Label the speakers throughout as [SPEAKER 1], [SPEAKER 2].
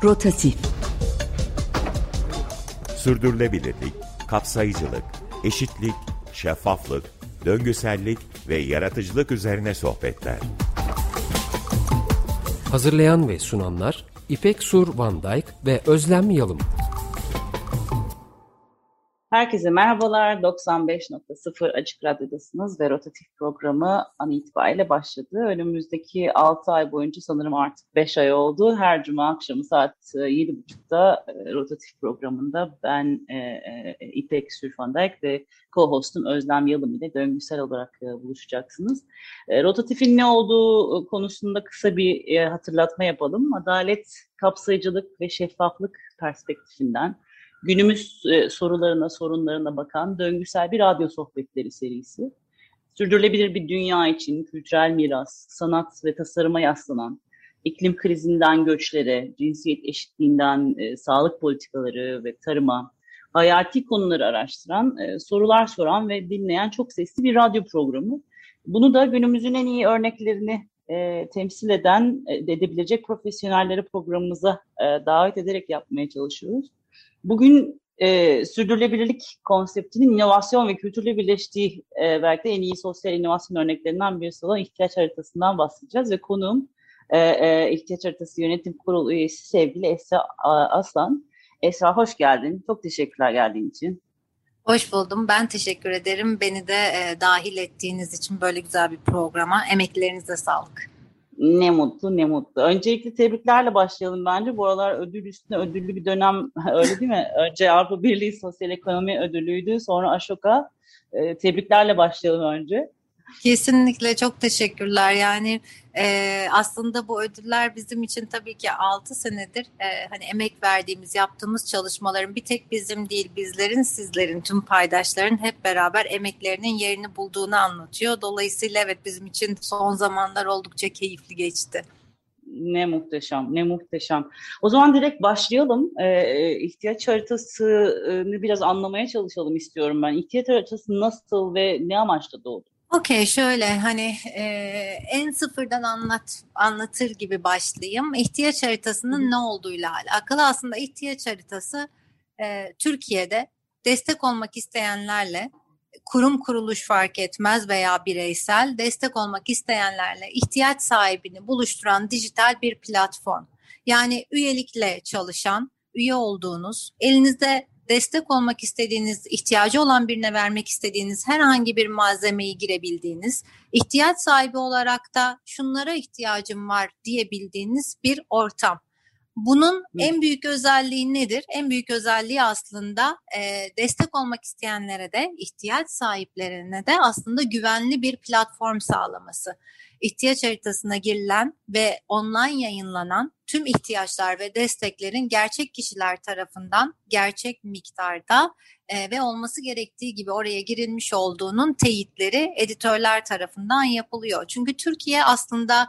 [SPEAKER 1] Rotatif.
[SPEAKER 2] Sürdürülebilirlik, kapsayıcılık, eşitlik, şeffaflık, döngüsellik ve yaratıcılık üzerine sohbetler.
[SPEAKER 3] Hazırlayan ve sunanlar İpek Sur Van Dijk ve Özlem Yalım.
[SPEAKER 4] Herkese merhabalar. 95.0 Açık Radyo'dasınız ve Rotatif programı an itibariyle başladı. Önümüzdeki 6 ay boyunca sanırım artık 5 ay oldu. Her cuma akşamı saat 7.30'da Rotatif programında ben İpek Sur Van Dijk ve co-hostum Özlem Yalım ile döngüsel olarak buluşacaksınız. Rotatif'in ne olduğu konusunda kısa bir hatırlatma yapalım. Adalet, kapsayıcılık ve şeffaflık perspektifinden günümüz sorularına, sorunlarına bakan döngüsel bir radyo sohbetleri serisi. Sürdürülebilir bir dünya için kültürel miras, sanat ve tasarıma yaslanan, iklim krizinden göçlere, cinsiyet eşitliğinden sağlık politikaları ve tarıma, hayati konuları araştıran, sorular soran ve dinleyen çok sesli bir radyo programı. Bunu da günümüzün en iyi örneklerini temsil edebilecek profesyonelleri programımıza davet ederek yapmaya çalışıyoruz. Bugün sürdürülebilirlik konseptinin inovasyon ve kültürle birleştiği belki de en iyi sosyal inovasyon örneklerinden birisi olan ihtiyaç haritasından bahsedeceğiz. Ve konuğum ihtiyaç haritası yönetim kurulu üyesi sevgili Esra Aslan. Esra hoş geldin. Çok teşekkürler geldiğin için.
[SPEAKER 5] Hoş buldum. Ben teşekkür ederim. Beni de dahil ettiğiniz için böyle güzel bir programa. Emeklerinize sağlık.
[SPEAKER 4] Ne mutlu, ne mutlu. Öncelikle tebriklerle başlayalım bence. Bu aralar ödül üstüne ödüllü bir dönem, öyle değil mi? Önce Avrupa Birliği Sosyal Ekonomi Ödülü'ydü, sonra Ashoka. Tebriklerle başlayalım önce.
[SPEAKER 5] Kesinlikle çok teşekkürler. Yani aslında bu ödüller bizim için tabii ki 6 senedir hani emek verdiğimiz, yaptığımız çalışmaların bir tek bizim değil, bizlerin, sizlerin, tüm paydaşların hep beraber emeklerinin yerini bulduğunu anlatıyor. Dolayısıyla evet bizim için son zamanlar oldukça keyifli geçti.
[SPEAKER 4] Ne muhteşem, ne muhteşem. O zaman direkt başlayalım. İhtiyaç haritasını biraz anlamaya çalışalım istiyorum ben. İhtiyaç haritası nasıl ve ne amaçla doğdu?
[SPEAKER 5] Okey, şöyle hani en sıfırdan anlatır gibi başlayayım. İhtiyaç haritasının ne olduğuyla alakalı. Aslında ihtiyaç haritası Türkiye'de destek olmak isteyenlerle, kurum kuruluş fark etmez veya bireysel destek olmak isteyenlerle ihtiyaç sahibini buluşturan dijital bir platform. Yani üyelikle çalışan, üye olduğunuz, elinizde destek olmak istediğiniz, ihtiyacı olan birine vermek istediğiniz herhangi bir malzemeyi girebildiğiniz, ihtiyaç sahibi olarak da şunlara ihtiyacım var diyebildiğiniz bir ortam. Bunun en büyük özelliği nedir? En büyük özelliği aslında destek olmak isteyenlere de, ihtiyaç sahiplerine de aslında güvenli bir platform sağlaması. İhtiyaç haritasına girilen ve online yayınlanan tüm ihtiyaçlar ve desteklerin gerçek kişiler tarafından gerçek miktarda ve olması gerektiği gibi oraya girilmiş olduğunun teyitleri editörler tarafından yapılıyor. Çünkü Türkiye aslında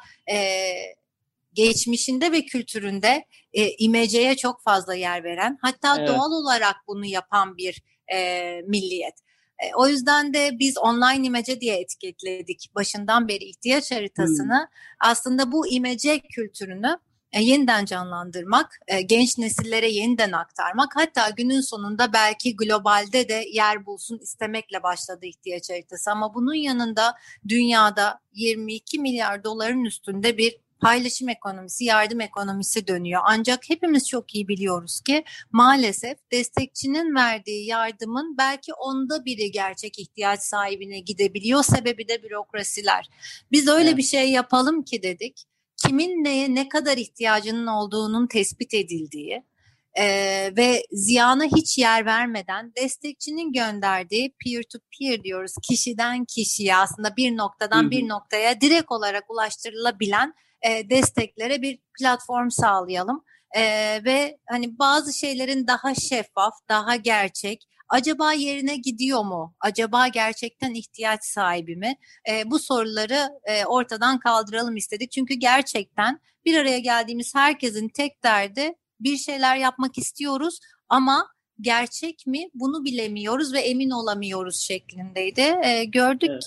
[SPEAKER 5] geçmişinde ve kültüründe imeceye çok fazla yer veren, hatta doğal olarak bunu yapan bir milliyet. O yüzden de biz online imece diye etiketledik başından beri ihtiyaç haritasını. Aslında bu imece kültürünü yeniden canlandırmak, genç nesillere yeniden aktarmak, hatta günün sonunda belki globalde de yer bulsun istemekle başladı ihtiyaç haritası. Ama bunun yanında dünyada 22 milyar doların üstünde bir paylaşım ekonomisi, yardım ekonomisi dönüyor. Ancak hepimiz çok iyi biliyoruz ki maalesef destekçinin verdiği yardımın belki 1/10 gerçek ihtiyaç sahibine gidebiliyor. Sebebi de bürokrasiler. Biz öyle bir şey yapalım ki dedik. Kimin neye ne kadar ihtiyacının olduğunun tespit edildiği ve ziyana hiç yer vermeden destekçinin gönderdiği peer to peer diyoruz. Kişiden kişiye aslında bir noktadan bir noktaya direkt olarak ulaştırılabilen desteklere bir platform sağlayalım ve hani bazı şeylerin daha şeffaf, daha gerçek, acaba yerine gidiyor mu? Acaba gerçekten ihtiyaç sahibi mi? Bu soruları ortadan kaldıralım istedik. Çünkü gerçekten bir araya geldiğimiz herkesin tek derdi bir şeyler yapmak istiyoruz ama gerçek mi bunu bilemiyoruz ve emin olamıyoruz şeklindeydi. Gördük ki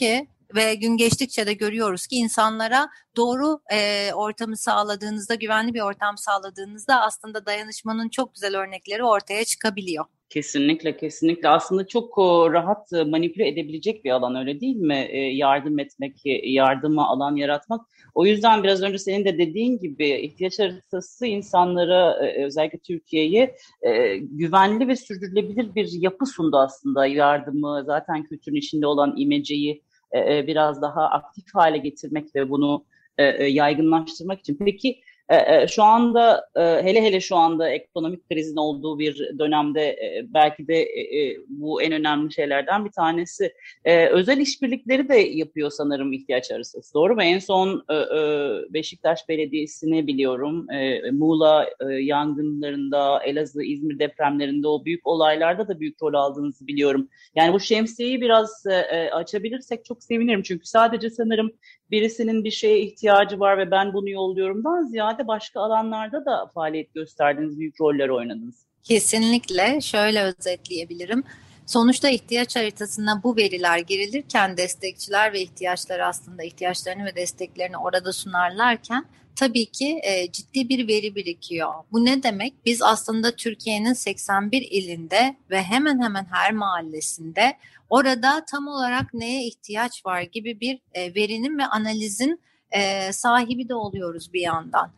[SPEAKER 5] ve gün geçtikçe de görüyoruz ki insanlara doğru ortamı sağladığınızda, güvenli bir ortam sağladığınızda aslında dayanışmanın çok güzel örnekleri ortaya çıkabiliyor.
[SPEAKER 4] Kesinlikle, kesinlikle. Aslında çok rahat manipüle edebilecek bir alan, öyle değil mi? Yardım etmek, yardıma alan yaratmak. O yüzden biraz önce senin de dediğin gibi ihtiyaç haritası insanlara, özellikle Türkiye'ye güvenli ve sürdürülebilir bir yapı sundu aslında. Yardımı, zaten kültürün içinde olan imeceyi biraz daha aktif hale getirmek ve bunu yaygınlaştırmak için. Peki, şu anda hele şu anda ekonomik krizin olduğu bir dönemde belki de bu en önemli şeylerden bir tanesi. Özel işbirlikleri de yapıyor sanırım ihtiyaç haritası. Doğru mu? En son Beşiktaş Belediyesi'ni biliyorum. Muğla yangınlarında, Elazığ, İzmir depremlerinde, o büyük olaylarda da büyük rol aldığınızı biliyorum. Yani bu şemsiyeyi biraz açabilirsek çok sevinirim. Çünkü sadece sanırım birisinin bir şeye ihtiyacı var ve ben bunu yolluyorumdan ziyade başka alanlarda da faaliyet gösterdiğiniz, büyük roller oynadınız.
[SPEAKER 5] Kesinlikle. Şöyle özetleyebilirim. Sonuçta ihtiyaç haritasına bu veriler girilirken destekçiler ve ihtiyaçlarını ve desteklerini orada sunarlarken tabii ki ciddi bir veri birikiyor. Bu ne demek? Biz aslında Türkiye'nin 81 ilinde ve hemen hemen her mahallesinde orada tam olarak neye ihtiyaç var gibi bir verinin ve analizin sahibi de oluyoruz bir yandan.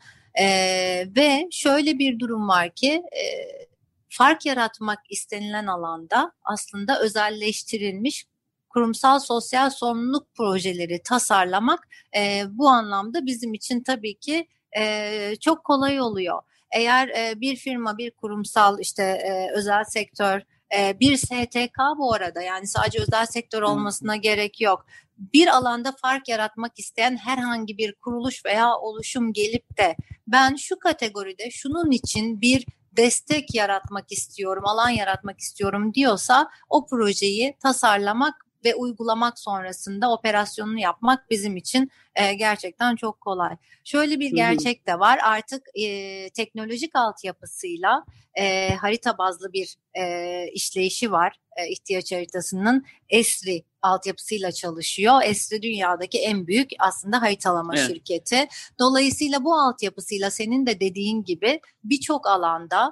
[SPEAKER 5] Ve şöyle bir durum var ki fark yaratmak istenilen alanda aslında özelleştirilmiş kurumsal sosyal sorumluluk projeleri tasarlamak bu anlamda bizim için tabii ki çok kolay oluyor. Eğer bir firma, bir kurumsal özel sektör, bir STK bu arada, yani sadece özel sektör olmasına gerek yok. Bir alanda fark yaratmak isteyen herhangi bir kuruluş veya oluşum gelip de ben şu kategoride şunun için bir destek yaratmak istiyorum, alan yaratmak istiyorum diyorsa o projeyi tasarlamak ve uygulamak sonrasında operasyonunu yapmak bizim için gerçekten çok kolay. Şöyle bir gerçek de var, artık teknolojik altyapısıyla harita bazlı bir işleyişi var. İhtiyaç haritasının ESRI altyapısıyla çalışıyor. ESRI dünyadaki en büyük aslında haritalama şirketi. Dolayısıyla bu altyapısıyla senin de dediğin gibi birçok alanda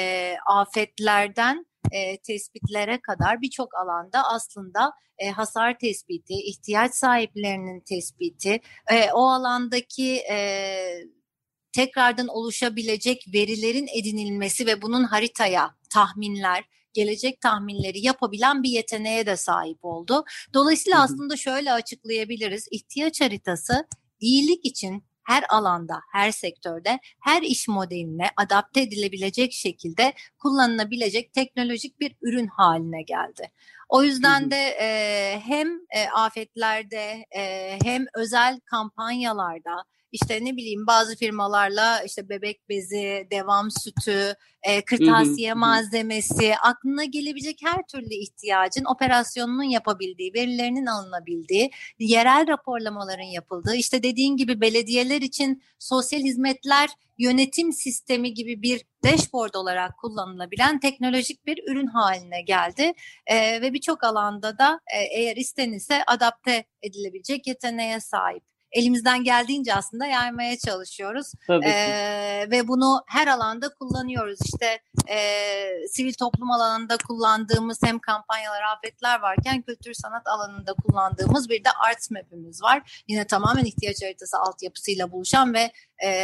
[SPEAKER 5] afetlerden tespitlere kadar birçok alanda aslında hasar tespiti, ihtiyaç sahiplerinin tespiti, o alandaki tekrardan oluşabilecek verilerin edinilmesi ve bunun haritaya tahminler, gelecek tahminleri yapabilen bir yeteneğe de sahip oldu. Dolayısıyla aslında şöyle açıklayabiliriz. İhtiyaç haritası iyilik için her alanda, her sektörde, her iş modeline adapte edilebilecek şekilde kullanılabilecek teknolojik bir ürün haline geldi. O yüzden de hem afetlerde hem özel kampanyalarda, İşte ne bileyim, bazı firmalarla işte bebek bezi, devam sütü, kırtasiye malzemesi, aklına gelebilecek her türlü ihtiyacın operasyonunun yapabildiği, verilerinin alınabildiği, yerel raporlamaların yapıldığı, işte dediğin gibi belediyeler için sosyal hizmetler yönetim sistemi gibi bir dashboard olarak kullanılabilen teknolojik bir ürün haline geldi. Ve birçok alanda da eğer istenirse adapte edilebilecek yeteneğe sahip. Elimizden geldiğince aslında yaymaya çalışıyoruz. Ve bunu her alanda kullanıyoruz. İşte sivil toplum alanında kullandığımız hem kampanyalar, afetler varken kültür sanat alanında kullandığımız bir de Arts Map'imiz var. Yine tamamen ihtiyaç haritası altyapısıyla buluşan ve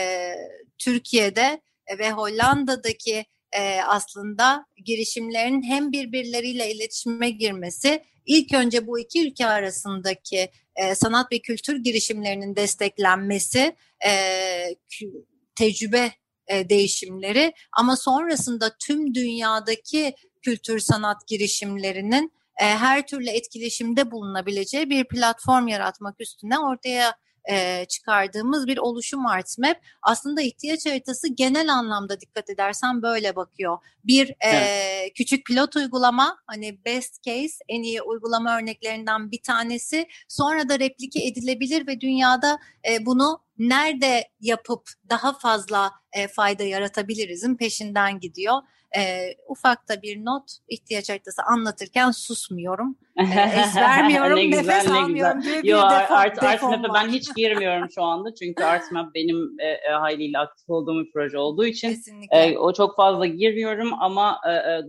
[SPEAKER 5] Türkiye'de ve Hollanda'daki aslında girişimlerin hem birbirleriyle iletişime girmesi, ilk önce bu iki ülke arasındaki sanat ve kültür girişimlerinin desteklenmesi, tecrübe değişimleri, ama sonrasında tüm dünyadaki kültür sanat girişimlerinin her türlü etkileşimde bulunabileceği bir platform yaratmak üstüne ortaya çıkardığımız bir oluşum ArtsMap. Aslında ihtiyaç haritası genel anlamda dikkat edersen böyle bakıyor. Bir küçük pilot uygulama, hani best case, en iyi uygulama örneklerinden bir tanesi. Sonra da replike edilebilir ve dünyada bunu nerede yapıp daha fazla fayda yaratabilirizin peşinden gidiyor. Ufak da bir not, ihtiyaç haritası anlatırken susmuyorum. Es vermiyorum, nefes almıyorum gibi bir defom var.
[SPEAKER 4] Ben hiç girmiyorum şu anda çünkü Artmap benim haliyle aktif olduğum bir proje olduğu için o çok fazla girmiyorum ama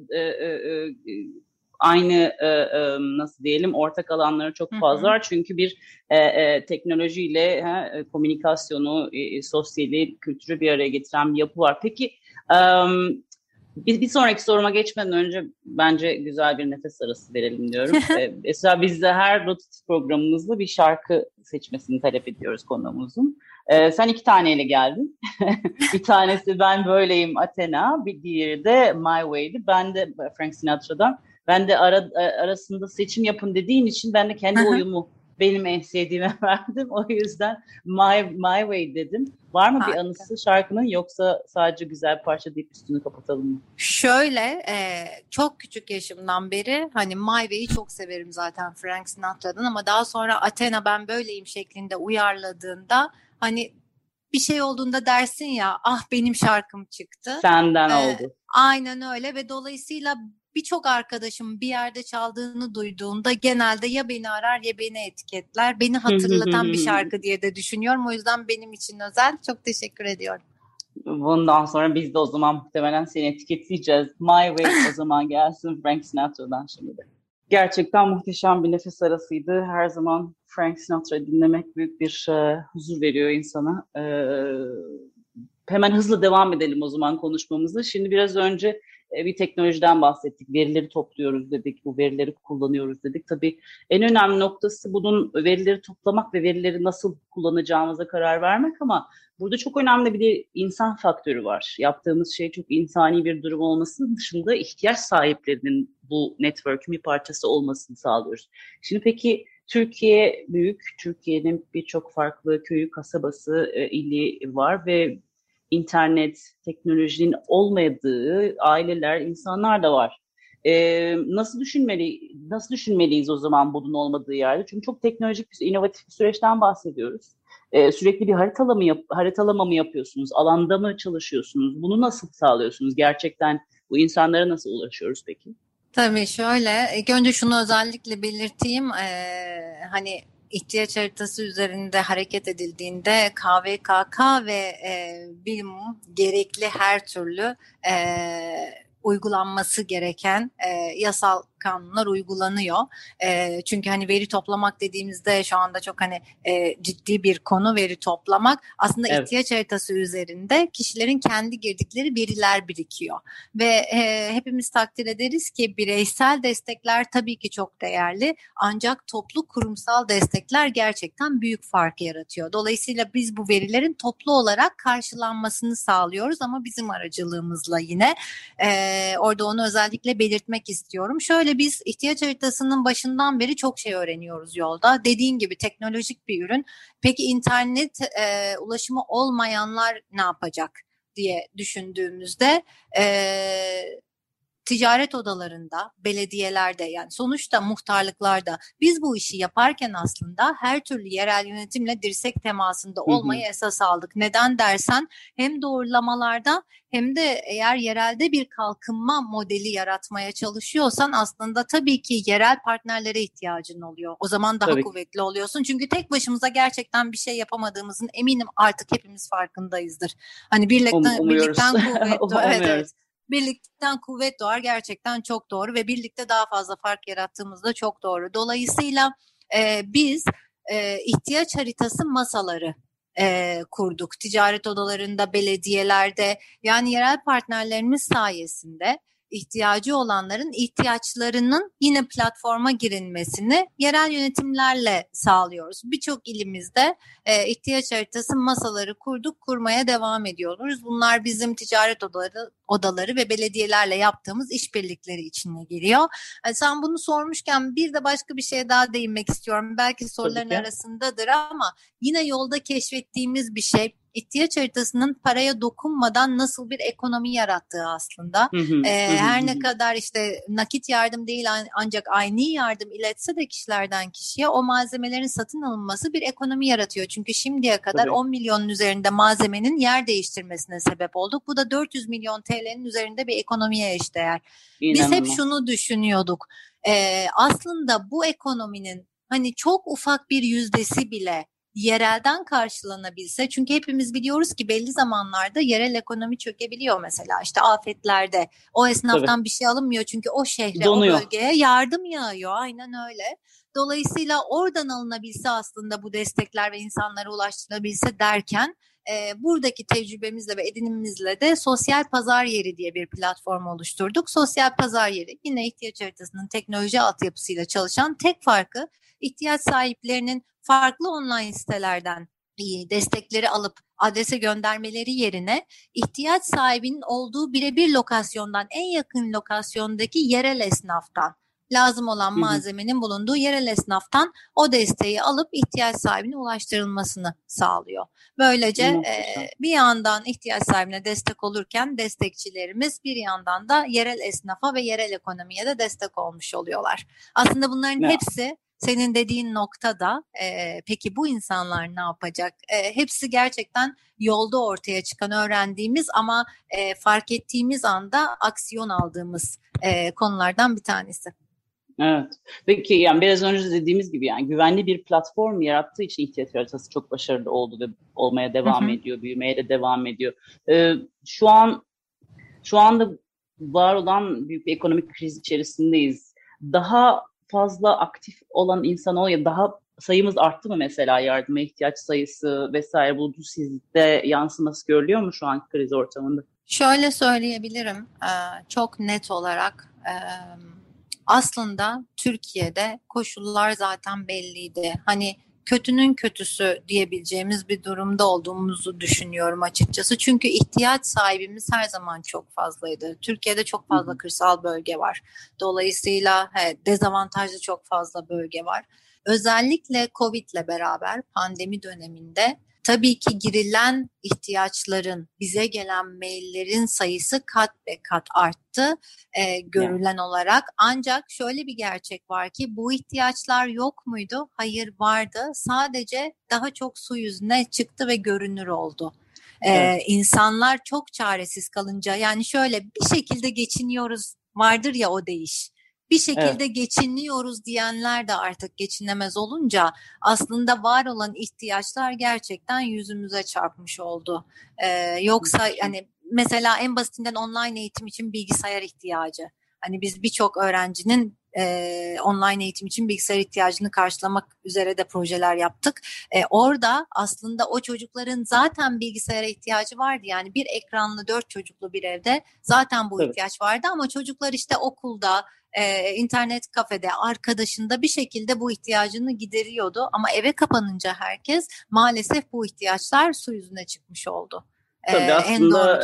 [SPEAKER 4] aynı nasıl diyelim ortak alanları çok fazla var. Çünkü bir teknolojiyle komünikasyonu, sosyali, kültürü bir araya getiren bir yapı var. Peki bir sonraki soruma geçmeden önce bence güzel bir nefes arası verelim diyorum. Mesela biz de her rotatif programımızda bir şarkı seçmesini talep ediyoruz konuğumuzun. Sen 2 taneyle geldin. Bir tanesi Ben Böyleyim Athena, bir diğeri de My Way'di. Ben de Frank Sinatra'dan. Ben de arasında seçim yapın dediğin için ben de kendi oyumu benim en sevdiğime verdim. O yüzden My Way dedim. Var mı bir anısı şarkının yoksa sadece güzel bir parça deyip üstünü kapatalım mı?
[SPEAKER 5] Şöyle çok küçük yaşımdan beri hani My Way'i çok severim zaten Frank Sinatra'dan ama daha sonra Athena Ben Böyleyim şeklinde uyarladığında hani bir şey olduğunda dersin ya benim şarkım çıktı.
[SPEAKER 4] Senden oldu.
[SPEAKER 5] Aynen öyle ve dolayısıyla birçok arkadaşım bir yerde çaldığını duyduğunda genelde ya beni arar ya beni etiketler. Beni hatırlatan bir şarkı diye de düşünüyorum. O yüzden benim için özel. Çok teşekkür ediyorum.
[SPEAKER 4] Bundan sonra biz de o zaman muhtemelen seni etiketleyeceğiz. My Way o zaman gelsin Frank Sinatra'dan şimdi de. Gerçekten muhteşem bir nefes arasıydı. Her zaman Frank Sinatra dinlemek büyük bir huzur veriyor insana. Hemen hızlı devam edelim o zaman konuşmamızı. Şimdi biraz önce bir teknolojiden bahsettik. Verileri topluyoruz dedik. Bu verileri kullanıyoruz dedik. Tabii en önemli noktası bunun verileri toplamak ve verileri nasıl kullanacağımıza karar vermek ama burada çok önemli bir de insan faktörü var. Yaptığımız şey çok insani bir durum olmasının dışında ihtiyaç sahiplerinin bu network'ün bir parçası olmasını sağlıyoruz. Şimdi peki Türkiye büyük. Türkiye'nin birçok farklı köyü, kasabası, ili var ve internet, teknolojinin olmadığı aileler, insanlar da var. Nasıl düşünmeliyiz o zaman bunun olmadığı yerde? Çünkü çok teknolojik, inovatif bir süreçten bahsediyoruz. Sürekli bir haritalama mı yapıyorsunuz? Alanda mı çalışıyorsunuz? Bunu nasıl sağlıyorsunuz? Gerçekten bu insanlara nasıl ulaşıyoruz peki?
[SPEAKER 5] Tabii şöyle, ilk önce şunu özellikle belirteyim. Hani ihtiyaç haritası üzerinde hareket edildiğinde KVKK ve bilimum gerekli her türlü uygulanması gereken yasal kanunlar uygulanıyor. Çünkü hani veri toplamak dediğimizde şu anda çok hani ciddi bir konu veri toplamak. Aslında ihtiyaç haritası üzerinde kişilerin kendi girdikleri veriler birikiyor. Ve hepimiz takdir ederiz ki bireysel destekler tabii ki çok değerli. Ancak toplu kurumsal destekler gerçekten büyük fark yaratıyor. Dolayısıyla biz bu verilerin toplu olarak karşılanmasını sağlıyoruz ama bizim aracılığımızla yine orada onu özellikle belirtmek istiyorum. Şöyle biz ihtiyaç haritasının başından beri çok şey öğreniyoruz yolda. Dediğin gibi teknolojik bir ürün. Peki internet ulaşımı olmayanlar ne yapacak diye düşündüğümüzde ticaret odalarında, belediyelerde yani sonuçta muhtarlıklarda biz bu işi yaparken aslında her türlü yerel yönetimle dirsek temasında olmayı esas aldık. Neden dersen hem doğrulamalarda hem de eğer yerelde bir kalkınma modeli yaratmaya çalışıyorsan aslında tabii ki yerel partnerlere ihtiyacın oluyor. O zaman daha kuvvetli oluyorsun. Çünkü tek başımıza gerçekten bir şey yapamadığımızın eminim artık hepimiz farkındayızdır. Hani birlikten kuvvet evet. Birlikten kuvvet doğar gerçekten çok doğru ve birlikte daha fazla fark yarattığımız da çok doğru. Dolayısıyla biz ihtiyaç haritası masaları kurduk. Ticaret odalarında, belediyelerde yani yerel partnerlerimiz sayesinde ihtiyacı olanların ihtiyaçlarının yine platforma girilmesini yerel yönetimlerle sağlıyoruz. Birçok ilimizde ihtiyaç haritası masaları kurduk, kurmaya devam ediyoruz. Bunlar bizim ticaret odaları ve belediyelerle yaptığımız işbirlikleri içine giriyor. Sen bunu sormuşken bir de başka bir şeye daha değinmek istiyorum. Belki soruların arasındadır ama yine yolda keşfettiğimiz bir şey. ihtiyaç haritasının paraya dokunmadan nasıl bir ekonomi yarattığı aslında. Her ne kadar işte nakit yardım değil ancak ayni yardım iletse de kişilerden kişiye o malzemelerin satın alınması bir ekonomi yaratıyor. Çünkü şimdiye kadar 10 milyonun üzerinde malzemenin yer değiştirmesine sebep olduk. Bu da 400 milyon TL'nin üzerinde bir ekonomiye eşdeğer. Biz hep şunu düşünüyorduk. Aslında bu ekonominin hani çok ufak bir yüzdesi bile yerelden karşılanabilse, çünkü hepimiz biliyoruz ki belli zamanlarda yerel ekonomi çökebiliyor, mesela işte afetlerde o esnaftan bir şey alınmıyor çünkü o şehre donuyor. O bölgeye yardım yağıyor, aynen öyle. Dolayısıyla oradan alınabilse aslında bu destekler ve insanlara ulaştırılabilse derken buradaki tecrübemizle ve edinimimizle de Sosyal Pazar Yeri diye bir platform oluşturduk. Sosyal Pazar Yeri yine ihtiyaç haritasının teknoloji altyapısıyla çalışan, tek farkı ihtiyaç sahiplerinin farklı online sitelerden destekleri alıp adrese göndermeleri yerine ihtiyaç sahibinin olduğu birebir lokasyondan, en yakın lokasyondaki yerel esnaftan, lazım olan malzemenin bulunduğu yerel esnaftan o desteği alıp ihtiyaç sahibine ulaştırılmasını sağlıyor. Böylece bir yandan ihtiyaç sahibine destek olurken destekçilerimiz bir yandan da yerel esnafa ve yerel ekonomiye de destek olmuş oluyorlar. Aslında bunların hepsi senin dediğin noktada peki bu insanlar ne yapacak? Hepsi gerçekten yolda ortaya çıkan, öğrendiğimiz ama fark ettiğimiz anda aksiyon aldığımız konulardan bir tanesi.
[SPEAKER 4] Evet. Peki yani biraz önce dediğimiz gibi yani güvenli bir platform yarattığı için ihtiyaç haritası çok başarılı oldu ve olmaya devam ediyor, büyümeye de devam ediyor. Şu anda var olan büyük bir ekonomik kriz içerisindeyiz. Daha fazla aktif olan insan oluyor. Daha sayımız arttı mı mesela, yardıma ihtiyaç sayısı vesaire, bu sizde yansıması görülüyor mu şu an kriz ortamında?
[SPEAKER 5] Şöyle söyleyebilirim çok net olarak. Aslında Türkiye'de koşullar zaten belliydi. Hani kötünün kötüsü diyebileceğimiz bir durumda olduğumuzu düşünüyorum açıkçası. Çünkü ihtiyaç sahibimiz her zaman çok fazlaydı. Türkiye'de çok fazla kırsal bölge var. Dolayısıyla dezavantajlı çok fazla bölge var. Özellikle Covid'le beraber pandemi döneminde tabii ki girilen ihtiyaçların, bize gelen maillerin sayısı kat be kat arttı görülen olarak. Ancak şöyle bir gerçek var ki bu ihtiyaçlar yok muydu? Hayır, vardı. Sadece daha çok su yüzüne çıktı ve görünür oldu. İnsanlar çok çaresiz kalınca, yani şöyle bir şekilde geçiniyoruz vardır ya, o deyiş. Bir şekilde geçiniyoruz diyenler de artık geçinemez olunca aslında var olan ihtiyaçlar gerçekten yüzümüze çarpmış oldu. Yoksa hani mesela en basitinden online eğitim için bilgisayar ihtiyacı. Hani biz birçok öğrencinin online eğitim için bilgisayar ihtiyacını karşılamak üzere de projeler yaptık. Orada aslında o çocukların zaten bilgisayara ihtiyacı vardı. Yani bir ekranlı 4 çocuklu bir evde zaten bu ihtiyaç vardı ama çocuklar işte okulda, internet kafede, arkadaşında bir şekilde bu ihtiyacını gideriyordu. Ama eve kapanınca herkes, maalesef bu ihtiyaçlar su yüzüne çıkmış oldu.
[SPEAKER 4] Tabii aslında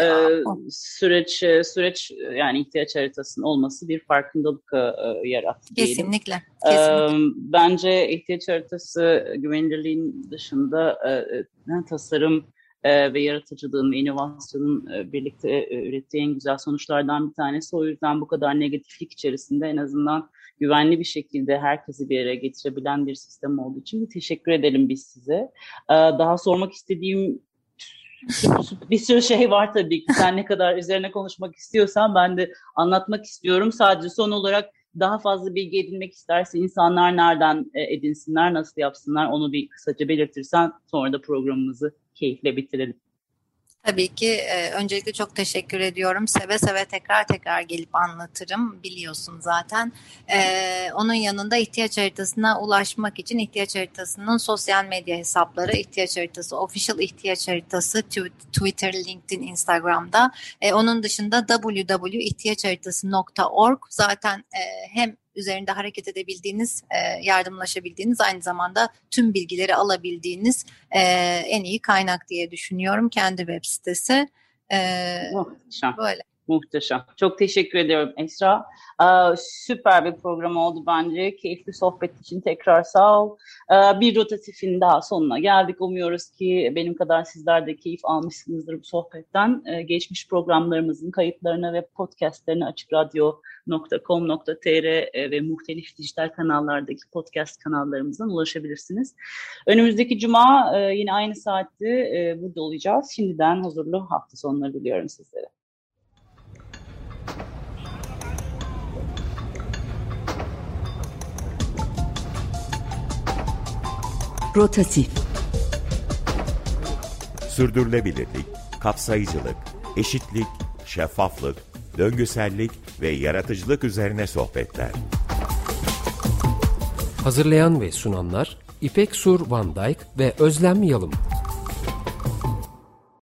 [SPEAKER 4] süreç yani ihtiyaç haritasının olması bir farkındalık yarattı diyelim.
[SPEAKER 5] Kesinlikle.
[SPEAKER 4] Bence ihtiyaç haritası güvenilirliğin dışında tasarım ve yaratıcılığın ve inovasyonun birlikte ürettiği en güzel sonuçlardan bir tanesi. O yüzden bu kadar negatiflik içerisinde en azından güvenli bir şekilde herkesi bir araya getirebilen bir sistem olduğu için teşekkür edelim biz size. Daha sormak istediğim bir sürü şey var tabii ki. Sen ne kadar üzerine konuşmak istiyorsan ben de anlatmak istiyorum. Sadece son olarak daha fazla bilgi edinmek isterse insanlar nereden edinsinler, nasıl yapsınlar, onu bir kısaca belirtirsen sonra da programımızı keyifle bitirelim.
[SPEAKER 5] Tabii ki öncelikle çok teşekkür ediyorum. Seve seve tekrar gelip anlatırım. Biliyorsun zaten. Onun yanında ihtiyaç haritasına ulaşmak için ihtiyaç haritasının sosyal medya hesapları, ihtiyaç haritası, official ihtiyaç haritası, Twitter, LinkedIn, Instagram'da. Onun dışında www.ihtiyaçharitası.org zaten hem üzerinde hareket edebildiğiniz, yardımlaşabildiğiniz, aynı zamanda tüm bilgileri alabildiğiniz en iyi kaynak diye düşünüyorum. Kendi web sitesi. Böyle.
[SPEAKER 4] Muhteşem. Çok teşekkür ediyorum Esra. Süper bir program oldu bence. Keyifli sohbet için tekrar sağ ol. Bir rotatifin daha sonuna geldik. Umuyoruz ki benim kadar sizler de keyif almışsınızdır bu sohbetten. Geçmiş programlarımızın kayıtlarına ve podcastlerine açıkradyo.com.tr ve muhtelif dijital kanallardaki podcast kanallarımızdan ulaşabilirsiniz. Önümüzdeki cuma yine aynı saatte burada olacağız. Şimdiden huzurlu hafta sonları diliyorum sizlere.
[SPEAKER 1] Rotatif.
[SPEAKER 2] Sürdürülebilirlik, kapsayıcılık, eşitlik, şeffaflık, döngüsellik ve yaratıcılık üzerine sohbetler.
[SPEAKER 3] Hazırlayan ve sunanlar İpek Sur Van Dijk ve Özlem Yalım.